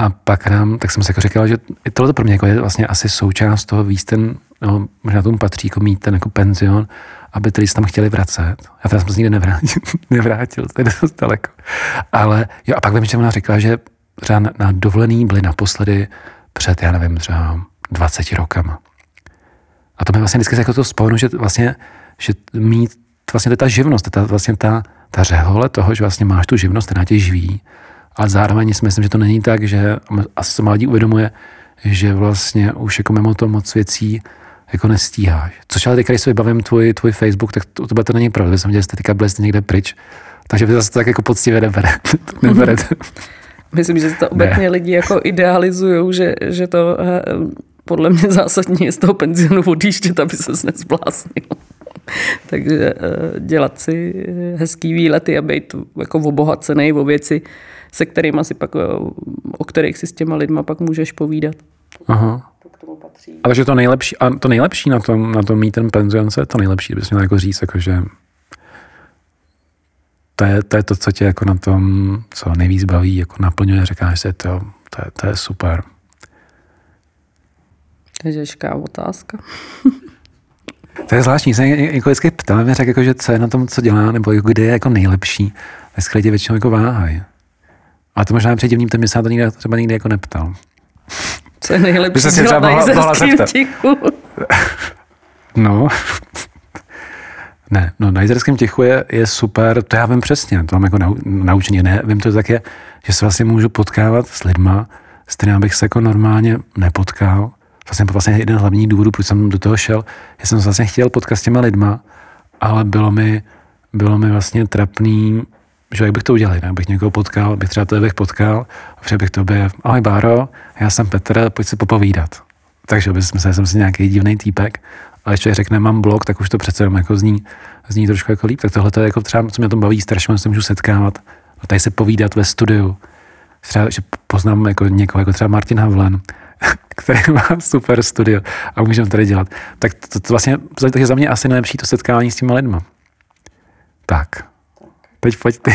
Speaker 1: a pak nám, tak jsem si jako říkal, že i tohle pro mě jako je vlastně asi součást toho víc ten, no, možná tomu patří jako mít ten jako penzion, aby ty lidi tam chtěli vracet. Já teda jsem se nikdy nevrátil, nevrátil, to je dost daleko. Ale jo, a pak vím, že ona říkala, že třeba na, na dovolený byli naposledy před, já nevím, třeba dvaceti rokama. A to mi vlastně vždycky jako to vzpomenu, že vlastně, že mít vlastně ta živnost, ta, vlastně ta, ta řehole toho, že vlastně máš tu živnost, která tě živí, ale zároveň si myslím, že to není tak, že asi se mladí uvědomuje, že vlastně už jako mimo to moc věcí jako nestíháš. Což ale teď, když se vybavím tvůj, tvůj Facebook, tak to, to, to není pravda. Jsem viděl, že jste teďka byli někde pryč, takže vy zase to tak jako poctivě neberete.
Speaker 2: Myslím, že to obecně lidi jako idealizujou, že, že to podle mě zásadní je z toho penzionu odjíždět, aby se nezbláznil. Takže dělat si hezký výlety a být jako obohacený o věci, se kterými si pak, o kterých si s těma lidma pak můžeš povídat.
Speaker 1: Aha.
Speaker 2: To k tomu patří.
Speaker 1: Ale že to nejlepší, a to nejlepší na tom, na tom mít ten penzion, co je to nejlepší, bys měl jako říct, jako že to je, to je to, co tě jako na tom, co nejvíc baví, jako naplňuje, říkáš si, to, to, je, to je super.
Speaker 2: To je těžká otázka.
Speaker 1: To je zvláštní, jsem jako vždycky ptal, mě řekl, jako, že co je na tom, co dělá, nebo jako kde je jako nejlepší. Dneska lidi většinou jako váhají. Ale to možná předivním, ten mě se na to nikdy, třeba nikdy jako neptal.
Speaker 2: Co je nejlepší dělat na jizerském tichu?
Speaker 1: No. Ne, no na jizerském tichu je, je super, to já vím přesně, to mám jako nau, naučení, ne, vím to tak je, že se vlastně můžu potkávat s lidma, s kterými bych se jako normálně nepotkal. Vlastně vlastně jeden z hlavních důvodů, proč jsem do toho šel, že jsem vlastně chtěl potkat s těma lidma, ale bylo mi, bylo mi vlastně trapný, že jak bych to udělal, ne? Bych někoho potkal, bych třeba tebe bych potkal, a přijel bych tobě, ahoj Báro, já jsem Petr, pojď si popovídat. Takže bych myslel, že jsem si nějaký divný týpek, ale když řekne, mám blog, tak už to přece jenom jako zní, zní trošku jako líp. Tak tohle to je jako třeba, co mě tom baví, strašně se můžu setkávat a tady se povídat ve studiu. Třeba, že poznám jako někoho, jako třeba Martin Havlen, který má super studio a můžeme tady dělat. Tak to, to vlastně, takže za mě asi nejlepší to setkávání s těma lidma. Tak. Teď pojď ty.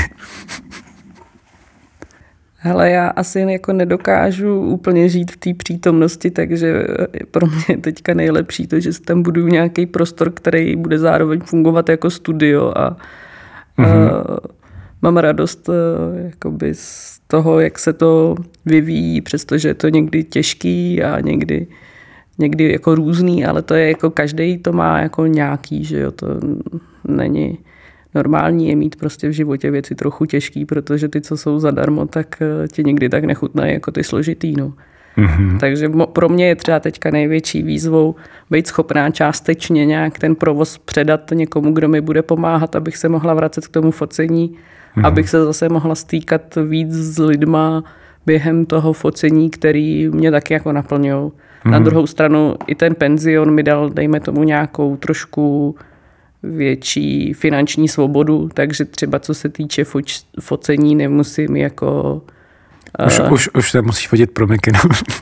Speaker 2: Hele, já asi jako nedokážu úplně žít v té přítomnosti, takže pro mě je teďka nejlepší to, že si tam budu nějaký prostor, který bude zároveň fungovat jako studio a, mm-hmm. a mám radost jakoby z toho, jak se to vyvíjí, přestože je to někdy těžký a někdy, někdy jako různý, ale to je jako každý to má jako nějaký, že jo, to není normální je mít prostě v životě věci trochu těžký, protože ty, co jsou zadarmo, tak ti někdy tak nechutnají jako ty složitý. No. Mm-hmm. Takže pro mě je třeba teďka největší výzvou být schopná částečně nějak ten provoz předat někomu, kdo mi bude pomáhat, abych se mohla vracet k tomu focení, mm-hmm. abych se zase mohla stýkat víc s lidma během toho focení, který mě taky jako naplňují. Mm-hmm. Na druhou stranu i ten penzion mi dal, dejme tomu, nějakou trošku větší finanční svobodu, takže třeba co se týče foč, focení, nemusím jako...
Speaker 1: Už, uh... už, už se musíš fotit pro mikinu.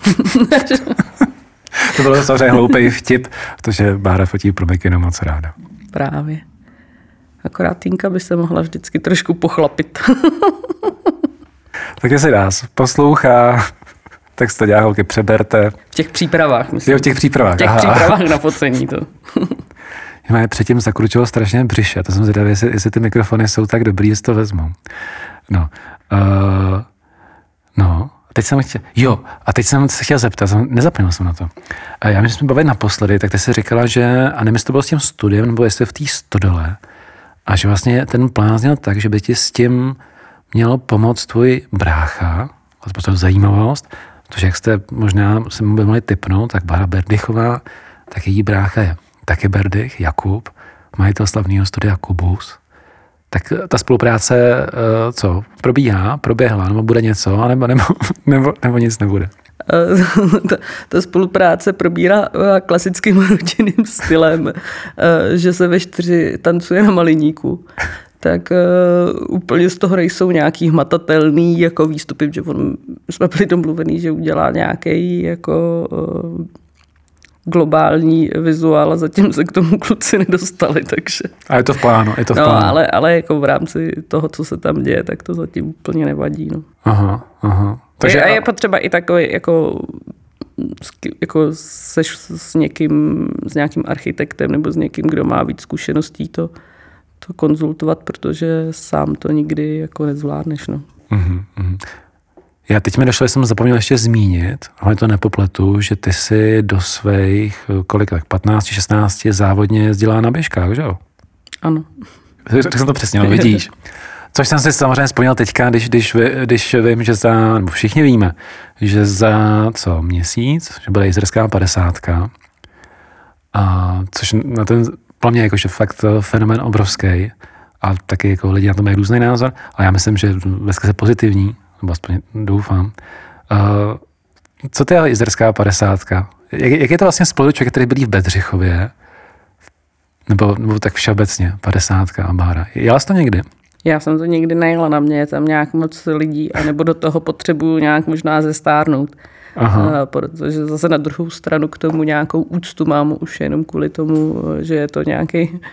Speaker 1: To bylo samozřejmě hloupý vtip, protože Bára fotí pro mikinu moc ráda.
Speaker 2: Právě. Akorát Týnka by se mohla vždycky trošku pochlapit.
Speaker 1: Takže si nás poslouchá, tak se to dělá holky, přeberte.
Speaker 2: V těch přípravách, myslím.
Speaker 1: Jo, v těch přípravách.
Speaker 2: V těch
Speaker 1: aha.
Speaker 2: přípravách na focení to.
Speaker 1: Mě předtím zakručilo strašně břiše. To jsem zvědavý, jestli, jestli ty mikrofony jsou tak dobrý, jestli to vezmu. No. Uh, no. Teď jsem chtěl... Jo, a teď jsem se chtěl zeptat, jsem, nezapomněl jsem na to. Uh, já když jsme bavili naposledy, tak ty jsi říkala, že, a nevím, jestli to bylo s tím studiem, nebo jestli v té stodole, a že vlastně ten plán zněl tak, že by ti s tím měl pomoct tvůj brácha, a to prostě zajímavost, protože jak jste možná se mu by mohli tipnout, tak Bára Berdychová, tak její brácha je taky Berdych, Jakub, majitel slavného studia Kubus. Tak ta spolupráce, co, probíhá, proběhla, nebo bude něco, nebo, nebo, nebo, nebo nic nebude?
Speaker 2: ta, ta spolupráce probírá klasickým rodinným stylem, že se ve čtyři tancuje na Maliníku. Tak uh, úplně z toho nejsou nějaký hmatatelný jako výstupy, že on, jsme byli domluvený, že udělá nějaký jako uh, globální vizuál a zatím se k tomu kluci nedostali, takže...
Speaker 1: A je to v plánu, je to v
Speaker 2: no,
Speaker 1: plánu.
Speaker 2: Ale, ale jako v rámci toho, co se tam děje, tak to zatím úplně nevadí, no.
Speaker 1: Aha, aha.
Speaker 2: Takže a je potřeba i takový jako jako seš s někým, s nějakým architektem nebo s někým, kdo má víc zkušeností to, to konzultovat, protože sám to nikdy jako nezvládneš. No.
Speaker 1: Mm-hmm. Já teď mi došlo, že jsem zapomněl ještě zmínit, ale to nepopletu, že ty si do svých, kolik tak, patnáct šestnáct závodně jezdila na běžkách, že jo?
Speaker 2: Ano.
Speaker 1: Řekl jsem to přesně, no vidíš. Což jsem si samozřejmě vzpomněl teďka, když, když, když vím, že za, nebo všichni víme, že za co, měsíc, že byla jízerská padesátka, a což na ten, pro mě jakože fakt fenomén obrovský, a taky jako lidi na to mají různý názor, a já myslím, že dneska je pozitivní, nebo aspoň doufám. Uh, co to je jízerská padesátka? Jak, jak je to vlastně spoluček, který bydlí v Bedřichově, nebo, nebo tak všeobecně, padesátka a bára. Jela jsi to někdy?
Speaker 2: Já jsem to nikdy nejela, na mě je tam nějak moc lidí a nebo do toho potřebuju nějak možná zestárnout. Aha. Protože zase na druhou stranu k tomu nějakou úctu mám už jenom kvůli tomu, že je to nějaký uh,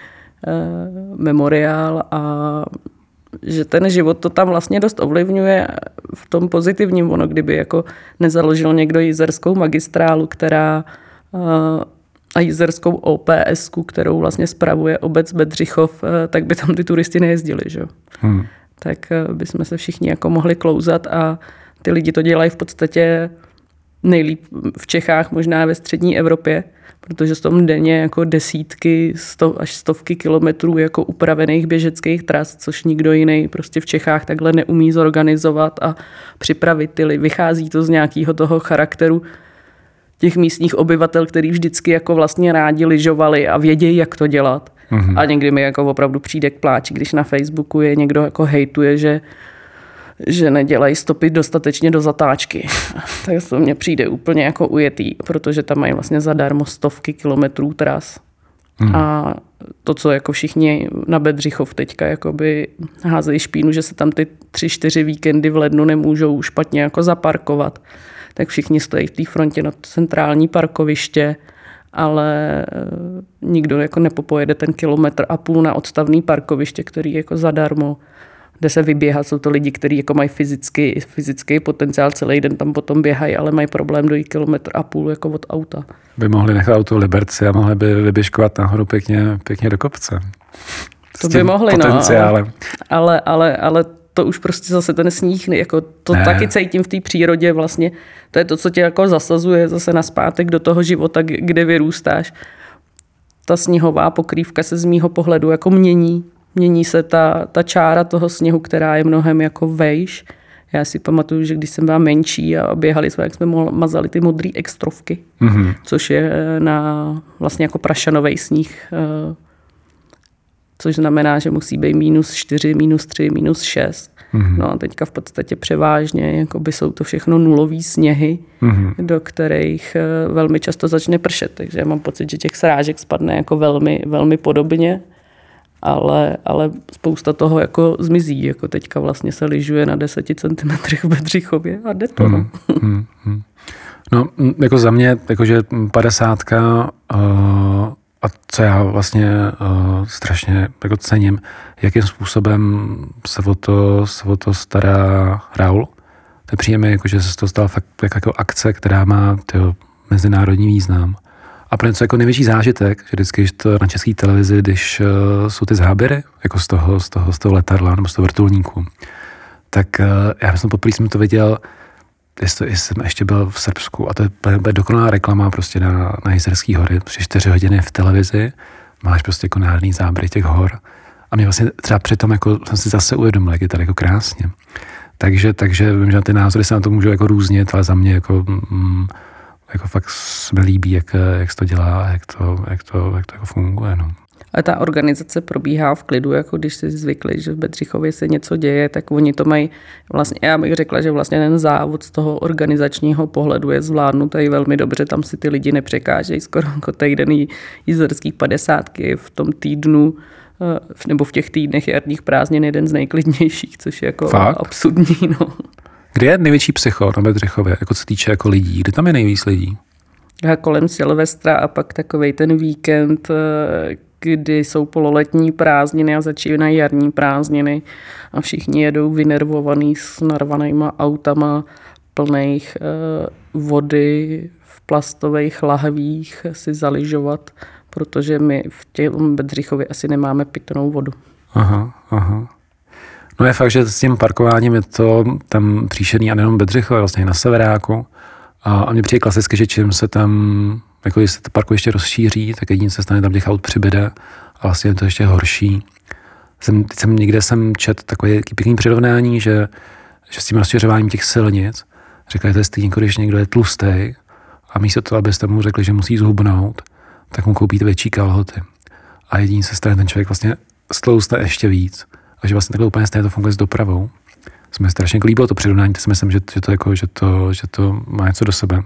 Speaker 2: memoriál a že ten život to tam vlastně dost ovlivňuje v tom pozitivním. Ono, kdyby jako nezaložil někdo jizerskou magistrálu, která uh, a jizerskou O P S ku, kterou vlastně spravuje obec Bedřichov, tak by tam ty turisti nejezdili, že? Hmm. Tak bychom se všichni jako mohli klouzat a ty lidi to dělají v podstatě nejlíp v Čechách, možná ve střední Evropě, protože jsou tam denně jako desítky sto, až stovky kilometrů jako upravených běžeckých tras, což nikdo jiný prostě v Čechách takhle neumí zorganizovat a připravit ty lidi. Vychází to z nějakého toho charakteru těch místních obyvatel, který vždycky jako vlastně rádi lyžovali a vědějí, jak to dělat. Mm-hmm. A někdy mi jako opravdu přijde k pláči, když na Facebooku je někdo jako hejtuje, že, že nedělají stopy dostatečně do zatáčky. Tak to mně přijde úplně jako ujetý, protože tam mají vlastně zadarmo stovky kilometrů tras. Mm. A to, co jako všichni na Bedřichov teďka jakoby házejí špínu, že se tam ty tři, čtyři víkendy v lednu nemůžou špatně jako zaparkovat, tak všichni stojí v té frontě na centrální parkoviště, ale nikdo jako nepopojede ten kilometr a půl na odstavný parkoviště, který je jako zadarmo, kde se vyběhat. Jsou to lidi, kteří jako mají fyzický, fyzický potenciál, celý den tam potom běhají, ale mají problém dojít kilometr a půl jako od auta.
Speaker 1: By mohli nechat auto v Liberci a mohli by vyběžkovat nahoru pěkně, pěkně do kopce.
Speaker 2: To by mohli, no. Ale, ale, ale to už prostě zase ten sníh, jako to ne. Taky cítím v té přírodě vlastně. To je to, co tě jako zasazuje zase naspátek do toho života, kde vyrůstáš. Ta sněhová pokrývka se z mýho pohledu jako mění. Mění se ta, ta čára toho sněhu, která je mnohem jako vejš. Já si pamatuju, že když jsem byla menší a běhali jsme, jak jsme mazali ty modré extrovky, mm-hmm. což je na vlastně jako prašanový sníh, což znamená, že musí být minus čtyři, minus tři, minus šest. Mm-hmm. No a teďka v podstatě převážně jakoby jsou to všechno nulový sněhy, mm-hmm. do kterých velmi často začne pršet. Takže já mám pocit, že těch srážek spadne jako velmi, velmi podobně, ale, ale spousta toho jako zmizí. Jako teďka vlastně se lyžuje na deseti centimetrech v Bedřichově a jde to. No,
Speaker 1: mm-hmm. no jako za mě, jakože padesátka uh... A co já vlastně uh, strašně jako cením, jakým způsobem se o to, se o to stará Raul. To přijde mi, jako, že se to stala fakt jako akce, která má tyjo, mezinárodní význam. A pro něco jako největší zážitek, že vždycky, když to na české televizi, když uh, jsou ty záběry, jako z toho, z toho, z toho letadla nebo z toho vrtulníku, tak uh, já jsem poprvé jsem to viděl, jestli jsem ještě byl v Srbsku a to je dokonalá reklama prostě na, na Jizerský hory, při čtyři hodiny v televizi, máš prostě jako nádherný záběry těch hor a mě vlastně třeba přitom jako jsem si zase uvědomil, jak je tady jako krásně. Takže, takže vím, že ty názory se na to můžou jako různit, ale za mě jako, mm, jako fakt se mi líbí, jak, jak se to dělá a jak to, jak to, jak to jako funguje. No.
Speaker 2: Ale ta organizace probíhá v klidu, jako když jsi zvykli, že v Bedřichově se něco děje, tak oni to mají vlastně, já bych řekla, že vlastně ten závod z toho organizačního pohledu je zvládnutý velmi dobře, tam si ty lidi nepřekážejí, skoro jako týden jizerský padesátky v tom týdnu, nebo v těch týdnech jarních prázdnin jeden z nejklidnějších, což je jako Fakt? absurdní. No.
Speaker 1: Kde je největší psycho na Bedřichově, jako co se týče jako lidí? Kde tam je nejvíc lidí?
Speaker 2: A kolem Silvestra a pak takovej ten víkend, kdy jsou pololetní prázdniny a začínají jarní prázdniny a všichni jedou vynervovaný s narvanýma autama plných vody v plastových lahvích si zaližovat, protože my v těm Bedřichově asi nemáme pitnou vodu.
Speaker 1: Aha, aha. No je fakt, že s tím parkováním je to tam příšerný a nejenom Bedřichově, vlastně i na Severáku. A, a mně přijde klasicky, že čím se tam, jako když se to parkoviště rozšíří, tak jedině se stane, tam těch aut přibyde a vlastně je to ještě horší. Jsem, teď jsem někde jsem čet takové pěkný přirovnání, že, že s tím rozšiřováním těch silnic, říkají, to je stejně, když někdo je tlustej a místo toho, abyste mu řekli, že musí zhubnout, tak mu koupíte větší kalhoty. A jedině se stane, ten člověk vlastně stloustne ještě víc. A že vlastně takhle úplně stejně to funguje s dopravou. Se mi strašně líbilo to přirovnání, to si myslím, že, že, to jako, že, to, že to má něco do sebe.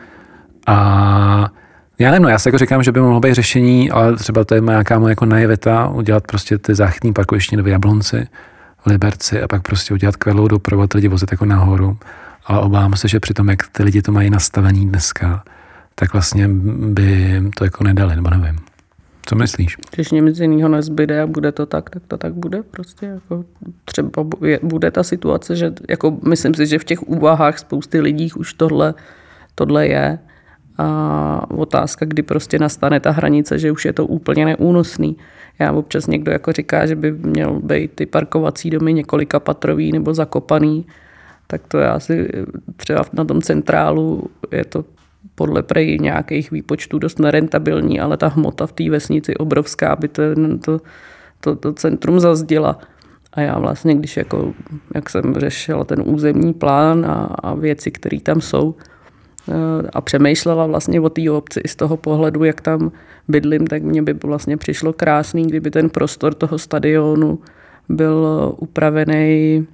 Speaker 1: A já nevím, no, já si jako říkám, že by mohlo být řešení, ale třeba to je nějaká moje jako naivita, udělat prostě ty záchytní parkoviště v Jablonci, v Liberci a pak prostě udělat kvělou dopravu a ty lidi vozit jako nahoru. Ale obávám se, že při tom, jak ty lidi to mají nastavený dneska, tak vlastně by to jako nedali, nebo nevím. Co myslíš?
Speaker 2: Když nic jiného nezbyde a bude to tak, tak to tak bude prostě. Jako třeba bude ta situace, že jako myslím si, že v těch úvahách spousty lidí už tohle, tohle je. A otázka, kdy prostě nastane ta hranice, že už je to úplně neúnosný. Já občas někdo jako říká, že by měl být ty parkovací domy několika patrový nebo zakopaný, tak to já si třeba na tom centrálu je to podle prej nějakých výpočtů dost nerentabilní, ale ta hmota v té vesnici obrovská, aby to, to, to, to centrum zazděla. A já vlastně, když jako, jak jsem řešila ten územní plán a, a věci, které tam jsou, a přemýšlela vlastně o té obci i z toho pohledu, jak tam bydlím, tak mně by vlastně přišlo krásný, kdyby ten prostor toho stadionu byl upravený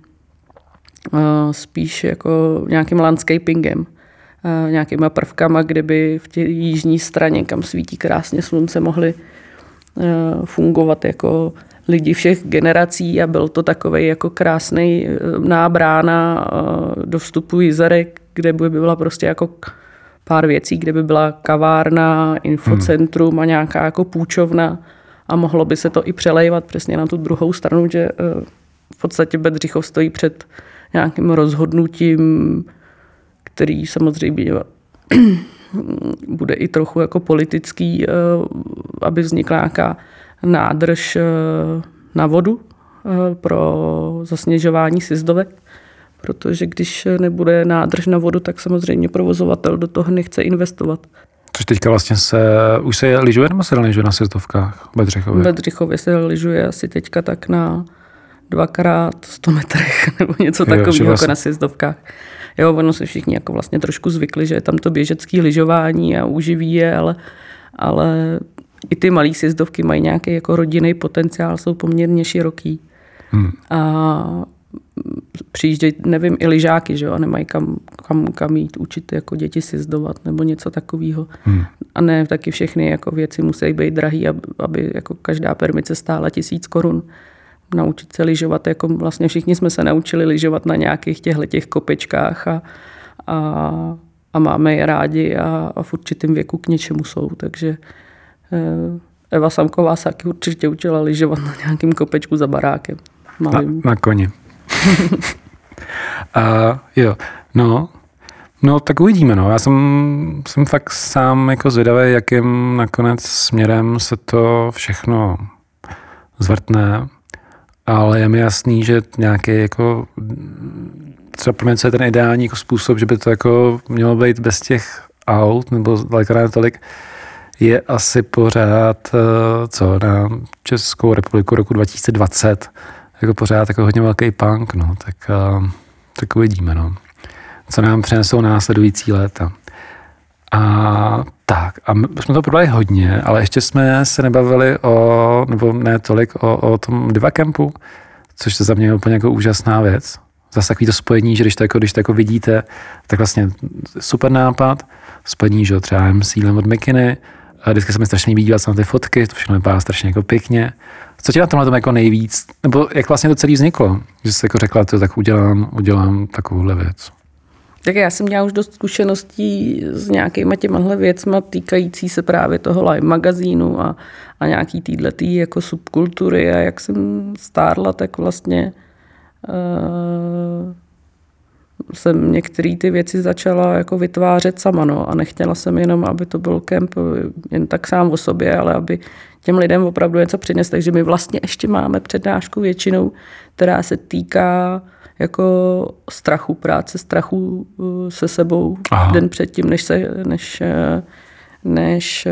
Speaker 2: spíš jako nějakým landscapingem, nějakýma prvkama, kdyby v té jižní straně, kam svítí krásně slunce, mohly fungovat jako lidi všech generací a byl to takovej jako krásný nábrána do vstupu Jizerek, kde by byla prostě jako pár věcí, kde by byla kavárna, infocentrum a nějaká jako půjčovna a mohlo by se to i přelejvat přesně na tu druhou stranu, že v podstatě Bedřichov stojí před nějakým rozhodnutím, který samozřejmě bude i trochu jako politický, aby vznikla nějaká nádrž na vodu pro zasněžování sjezdovek, protože když nebude nádrž na vodu, tak samozřejmě provozovatel do toho nechce investovat.
Speaker 1: Což teďka vlastně se, už se lyžuje nebo se lyžuje na sjezdovkách v Bedřichově?
Speaker 2: V Bedřichově se lyžuje asi teďka tak na dvakrát sto metrech nebo něco takového vlastně jako na sjezdovkách. Jo, ono se všichni jako vlastně trošku zvykli, že je tam to běžecký lyžování a uživí je, ale, ale i ty malé sjezdovky mají nějaký jako rodinný potenciál, jsou poměrně široký. Hmm. A přijíždějí, nevím, i lyžáky, že jo, a nemají kam, kam, kam jít učit jako děti sjezdovat nebo něco takového. Hmm. A ne, taky všechny jako věci musí být drahý, aby jako každá permice stála tisíc korun. Naučit se lyžovat, jako vlastně všichni jsme se naučili lyžovat na nějakých těchto kopečkách a, a, a máme je rádi a, a v určitém věku k něčemu jsou, takže Eva Samková se taky určitě učila lyžovat na nějakém kopečku za barákem.
Speaker 1: Na, na koni. A jo, no, no tak uvidíme, no. Já jsem, jsem fakt sám jako zvědavý, jakým nakonec směrem se to všechno zvrtne, ale je mi jasný, že nějaký jako třeba pro mě je ten ideální jako způsob, že by to jako mělo být bez těch aut, nebo daleko ne tolik, je asi pořád, co, na Českou republiku roku dva tisíce dvacet, jako pořád jako hodně velký punk, no, tak, tak uvidíme, no, co nám přinesou následující léta. A tak, a my jsme to probrali hodně, ale ještě jsme se nebavili o, nebo ne tolik, o, o tom Divakempu, což je za mě úplně jako úžasná věc. Zase takový to spojení, že když to jako, když to jako vidíte, tak vlastně super nápad, spojení, že třeba s jídlem od Mikiny, a vždycky se mi strašně líbí dívat se na ty fotky, to všechno vypadá strašně jako pěkně. Co tě na tomhle tom jako nejvíc, nebo jak vlastně to celé vzniklo, že jsi jako řekla, to tak udělám, udělám takovouhle věc.
Speaker 2: Tak já jsem měla už dost zkušeností s nějakýma těmahle věcma týkající se právě toho live magazínu a, a nějaký týhletý jako subkultury a jak jsem stárla, tak vlastně uh, jsem některé ty věci začala jako vytvářet sama, no, a nechtěla jsem jenom, aby to byl kemp jen tak sám o sobě, ale aby těm lidem opravdu něco přines. Takže my vlastně ještě máme přednášku většinou, která se týká jako strachu, práce strachu se sebou. Aha. Den předtím, než se, než, než,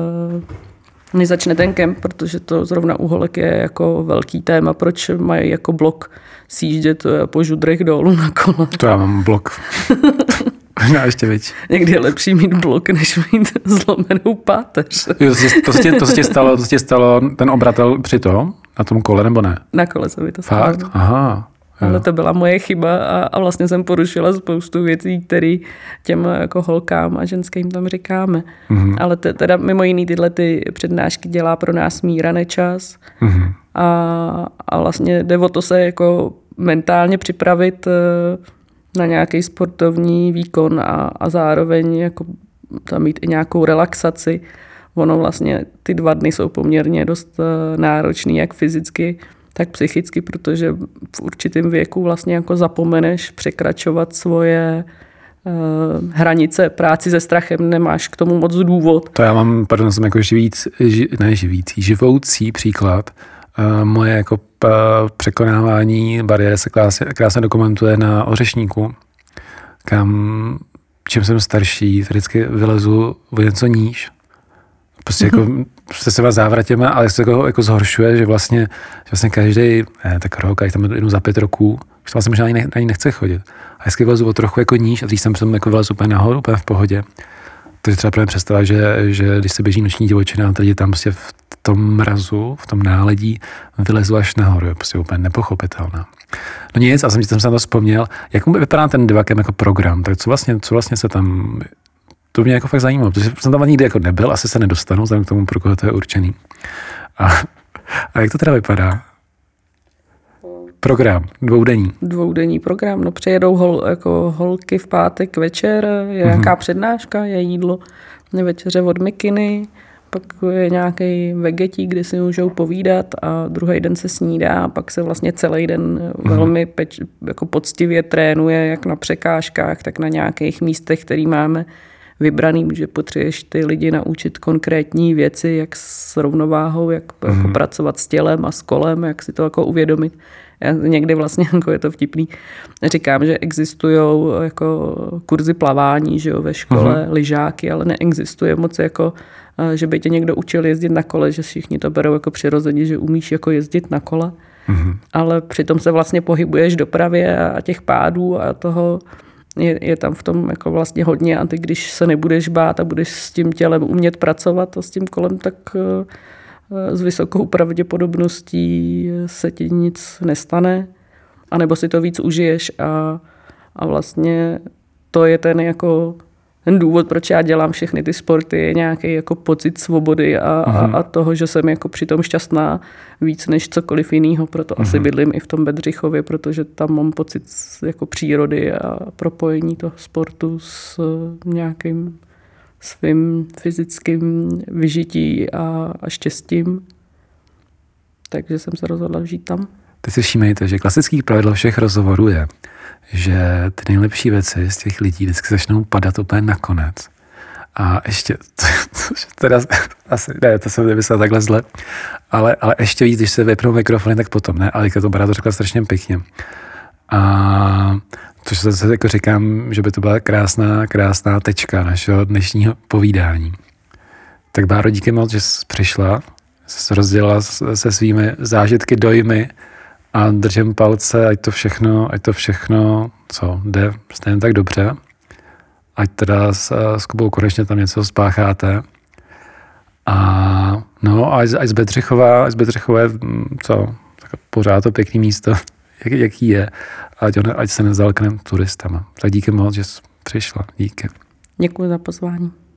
Speaker 2: než začne ten kemp, protože to zrovna u holek je jako velký téma, proč mají jako blok sjíždět po žudrech dolů na kole.
Speaker 1: To já mám blok. Možná ještě větší.
Speaker 2: Někdy je lepší mít blok, než mít zlomenou páteř.
Speaker 1: Jo, to, se tě, to, se tě stalo, to se tě stalo ten obratel při tom? Na tom kole, nebo ne?
Speaker 2: Na kole se mi to stalo.
Speaker 1: Fakt? Aha. Jo.
Speaker 2: Ale to byla moje chyba a, a vlastně jsem porušila spoustu věcí, které těm jako holkám a ženským tam říkáme. Mm-hmm. Ale te, teda mimo jiný tyhle ty přednášky dělá pro nás Míra Nečas. Mm-hmm. A, a vlastně jde o to se jako mentálně připravit na nějaký sportovní výkon a, a zároveň jako tam mít i nějakou relaxaci. Ono vlastně ty dva dny jsou poměrně dost náročný, jak fyzicky, tak psychicky, protože v určitém věku vlastně jako zapomeneš překračovat svoje uh, hranice práci se strachem, nemáš k tomu moc důvod.
Speaker 1: To já mám, pardon, jsem jako živíc, ži, ne živící, živoucí příklad. Uh, moje jako p, překonávání bariéry se krásně, krásně dokumentuje na Ořešníku, kam čím jsem starší, vždycky vylezu o něco níž. Prostě jako se svýma závratěma, ale se jako, jako zhoršuje, že vlastně, že vlastně každý, ne, tak rok, a tam jednou za pět roků, už to vlastně možná ani, ne, ani nechce chodit. A vždycky vylezu o trochu jako níž a dřív jsem jsem jako vylezu úplně nahoru, úplně v pohodě. Takže třeba právě představa, že, že když se běží noční divočina, tady tam prostě v tom mrazu, v tom náledí vylezu až nahoru, je prostě úplně nepochopitelná. No nic, a jsem, jsem se na to vzpomněl, jak mu vypadá ten Divakem jako program, tak co vlastně, co vlastně se tam... To mě jako fakt zajímalo, protože jsem tam nikdy jako nebyl, asi se nedostanu, vzhledem k tomu, pro koho to je určený. A, a jak to teda vypadá? Program, dvoudenní.
Speaker 2: Dvoudenní program, no přejedou hol, jako holky v pátek večer, je nějaká mm-hmm. přednáška, je jídlo, večeře od mikiny, pak je nějaký vegetí, kde si můžou povídat a druhý den se snídá a pak se vlastně celý den mm-hmm. velmi peč, jako poctivě trénuje, jak na překážkách, tak na nějakých místech, který máme vybraný, že potřebuješ ty lidi naučit konkrétní věci, jak s rovnováhou, jak mm. jako pracovat s tělem a s kolem, jak si to jako uvědomit. Já někdy vlastně, jako je to vtipný, říkám, že existují jako kurzy plavání, že jo, ve škole, mm. lyžáky, ale neexistuje moc jako, že by tě někdo učil jezdit na kole, že všichni to berou jako přirozeně, že umíš jako jezdit na kole, mm. ale přitom se vlastně pohybuješ v dopravě a těch pádů a toho Je, je tam v tom jako vlastně hodně a ty, když se nebudeš bát a budeš s tím tělem umět pracovat a s tím kolem, tak s vysokou pravděpodobností se ti nic nestane, anebo si to víc užiješ a, a vlastně to je ten jako ten důvod, proč já dělám všechny ty sporty, je nějaký jako pocit svobody a, a, a toho, že jsem jako přitom šťastná víc než cokoliv jiného. Proto mm-hmm. asi bydlím i v tom Bedřichově, protože tam mám pocit jako přírody a propojení toho sportu s nějakým svým fyzickým vyžití a, a štěstím. Takže jsem se rozhodla žít tam.
Speaker 1: Teď si všímejte, že klasický pravidlo všech rozhovorů je, že ty nejlepší věci z těch lidí vždycky začnou padat úplně nakonec. A ještě, teda asi, ne, to jsem nemyslel takhle zle, ale, ale ještě víc, když se vypnou mikrofony, tak potom, ne, ale to Bára to řekla strašně pěkně. A což se jako říkám, že by to byla krásná, krásná tečka našeho dnešního povídání. Tak Báro, díky moc, že jsi přišla, jsi rozdělila se svými zážitky, dojmy, a držím palce, ať to všechno, ať to všechno, co jde stejně tak dobře. Ať teda s, s Kubou konečně tam něco spácháte. A no, ať, ať z Bedřichova, ať z Bedřichova je, co, tak pořád to pěkný místo, jak, jaký je. Ať, on, ať se nezalkne turistama. Tak díky moc, že jsi přišla. Díky.
Speaker 2: Děkuji za pozvání.